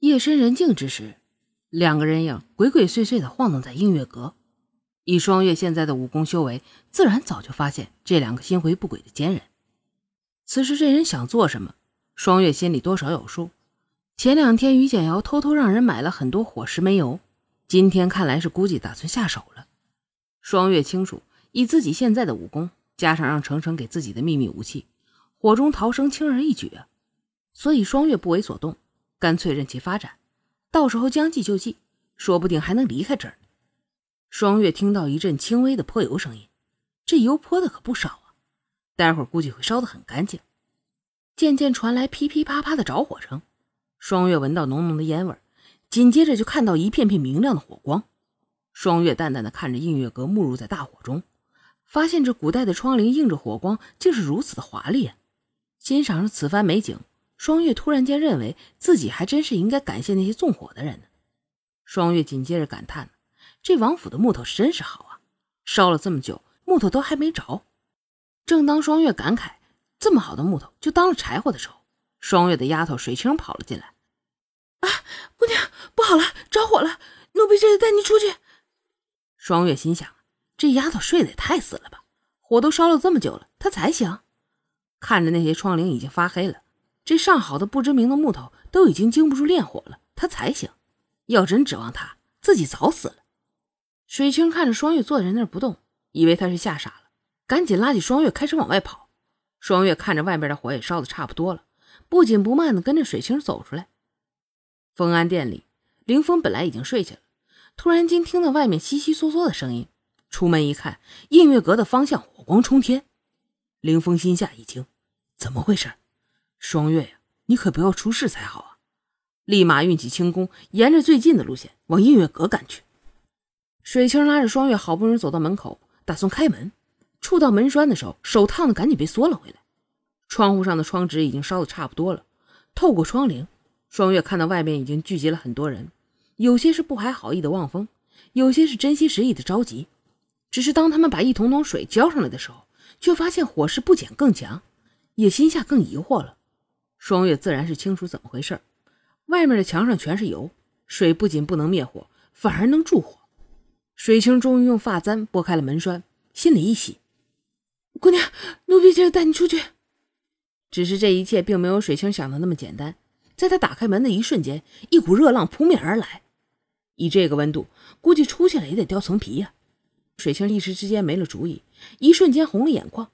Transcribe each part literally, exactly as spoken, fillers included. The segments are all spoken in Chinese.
夜深人静之时，两个人影鬼鬼祟祟地晃动在映月阁。以双月现在的武功修为，自然早就发现这两个心怀不轨的奸人。此时这人想做什么，双月心里多少有数。前两天于简瑶偷偷让人买了很多火石煤油，今天看来是估计打算下手了。双月清楚，以自己现在的武功，加上让程程给自己的秘密武器，火中逃生轻而易举啊。所以双月不为所动，干脆任其发展，到时候将计就计，说不定还能离开这儿。双月听到一阵轻微的泼油声音，这油泼的可不少啊，待会儿估计会烧得很干净。渐渐传来噼噼啪啪的着火声，双月闻到浓浓的烟味，紧接着就看到一片片明亮的火光。双月淡淡的看着映月阁没入在大火中，发现这古代的窗棂映着火光竟是如此的华丽啊。欣赏着此番美景，双月突然间认为自己还真是应该感谢那些纵火的人呢。双月紧接着感叹，这王府的木头真是好啊，烧了这么久，木头都还没着。正当双月感慨这么好的木头就当了柴火的时候，双月的丫头水清跑了进来。啊，姑娘，不好了，着火了，奴婢这就带你出去。双月心想，这丫头睡得也太死了吧，火都烧了这么久了，她才醒。看着那些窗棂已经发黑了，这上好的不知名的木头都已经经不住烈火了，她才醒。要真指望她，自己早死了。水清看着双月坐在那儿不动，以为她是吓傻了，赶紧拉起双月开始往外跑。双月看着外边的火也烧得差不多了，不紧不慢地跟着水清走出来。丰安殿里，凌风本来已经睡下了，突然间听到外面悉悉嗦嗦的声音，出门一看，映月阁的方向火光冲天。凌风心下一惊，怎么回事？双月呀，你可不要出事才好啊！立马运起轻功，沿着最近的路线往映月阁赶去。水清拉着双月好不容易走到门口，打算开门，触到门栓的时候，手烫的赶紧被缩了回来。窗户上的窗纸已经烧得差不多了，透过窗棂，双月看到外面已经聚集了很多人，有些是不怀好意的望风，有些是真心实意的着急。只是当他们把一桶桶水浇上来的时候，却发现火势不减更强，也心下更疑惑了。双月自然是清楚怎么回事，外面的墙上全是油，水不仅不能灭火，反而能助火。水清终于用发簪拨开了门栓，心里一喜，姑娘，奴婢接着带你出去。只是这一切并没有水清想的那么简单，在他打开门的一瞬间，一股热浪扑面而来，以这个温度，估计出去了也得掉层皮呀、啊。水清一时之间没了主意，一瞬间红了眼眶。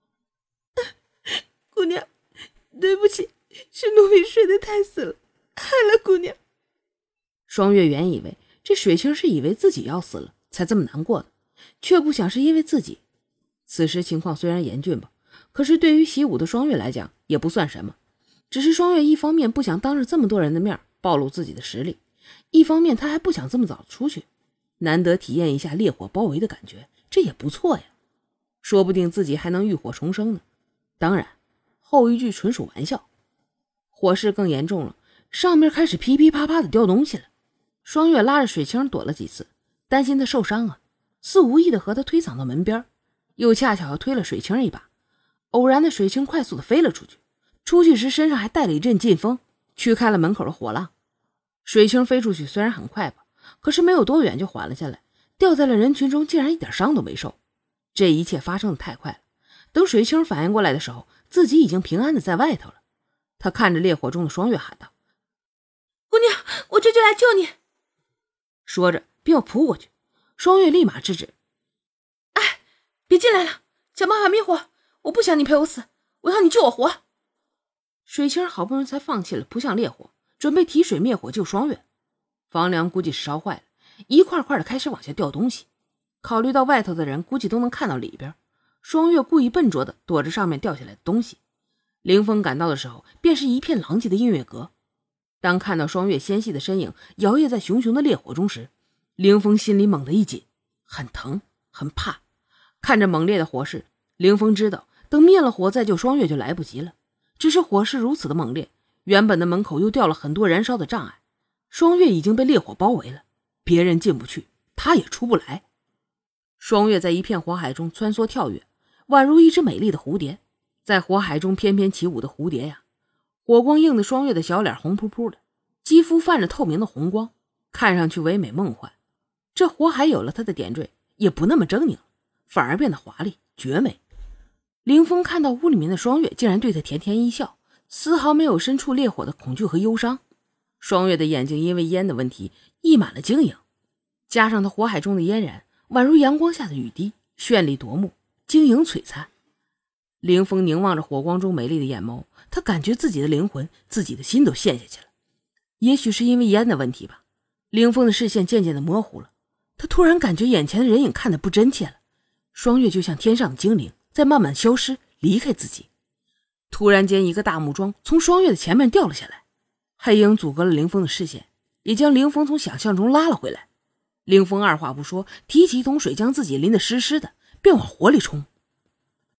姑娘，对不起，是奴婢睡得太死了，害了姑娘。双月原以为这水清是以为自己要死了才这么难过的，却不想是因为自己。此时情况虽然严峻吧，可是对于习武的双月来讲也不算什么。只是双月一方面不想当着这么多人的面暴露自己的实力，一方面他还不想这么早出去，难得体验一下烈火包围的感觉，这也不错呀。说不定自己还能浴火重生呢。当然，后一句纯属玩笑。火势更严重了，上面开始噼噼啪啪的掉东西了。双月拉着水清躲了几次，担心他受伤啊，似无意的和他推搡到门边，又恰巧推了水清一把。偶然的水清快速的飞了出去，出去时身上还带了一阵劲风，驱开了门口的火浪。水清飞出去虽然很快吧，可是没有多远就缓了下来，掉在了人群中，竟然一点伤都没受。这一切发生的太快了，等水清反应过来的时候，自己已经平安的在外头了。他看着烈火中的双月喊道，姑娘，我这就来救你。说着便要扑过去，双月立马制止，哎，别进来了，想办法灭火，我不想你陪我死，我要你救我活。水清好不容易才放弃了扑向烈火，准备提水灭火救双月。房梁估计是烧坏了，一块块的开始往下掉东西。考虑到外头的人估计都能看到里边，双月故意笨拙的躲着上面掉下来的东西。凌风赶到的时候，便是一片狼藉的映月阁。当看到双月纤细的身影摇曳在熊熊的烈火中时，凌风心里猛地一紧，很疼很怕。看着猛烈的火势，凌风知道等灭了火再救双月就来不及了。只是火势如此的猛烈，原本的门口又掉了很多燃烧的障碍，双月已经被烈火包围了，别人进不去，他也出不来。双月在一片火海中穿梭跳跃，宛如一只美丽的蝴蝶，在火海中翩翩起舞的蝴蝶呀。火光映得双月的小脸红扑扑的，寂肌肤泛着透明的红光，看上去唯美梦幻。这火海有了它的点缀，也不那么狰狞，反而变得华丽绝美。凌风看到屋里面的双月，竟然对他甜甜一笑，丝毫没有身处烈火的恐惧和忧伤。双月的眼睛因为烟的问题溢满了晶莹，加上他火海中的嫣然，宛如阳光下的雨滴，绚丽夺目，晶莹璀璨。凌风凝望着火光中美丽的眼眸，他感觉自己的灵魂，自己的心都陷下去了。也许是因为烟的问题吧，凌风的视线渐渐的模糊了，他突然感觉眼前的人影看得不真切了，双月就像天上的精灵，在慢慢消失，离开自己。突然间，一个大木桩从双月的前面掉了下来，黑影阻隔了凌风的视线，也将凌风从想象中拉了回来。凌风二话不说，提起一桶水将自己淋得湿湿的，便往火里冲。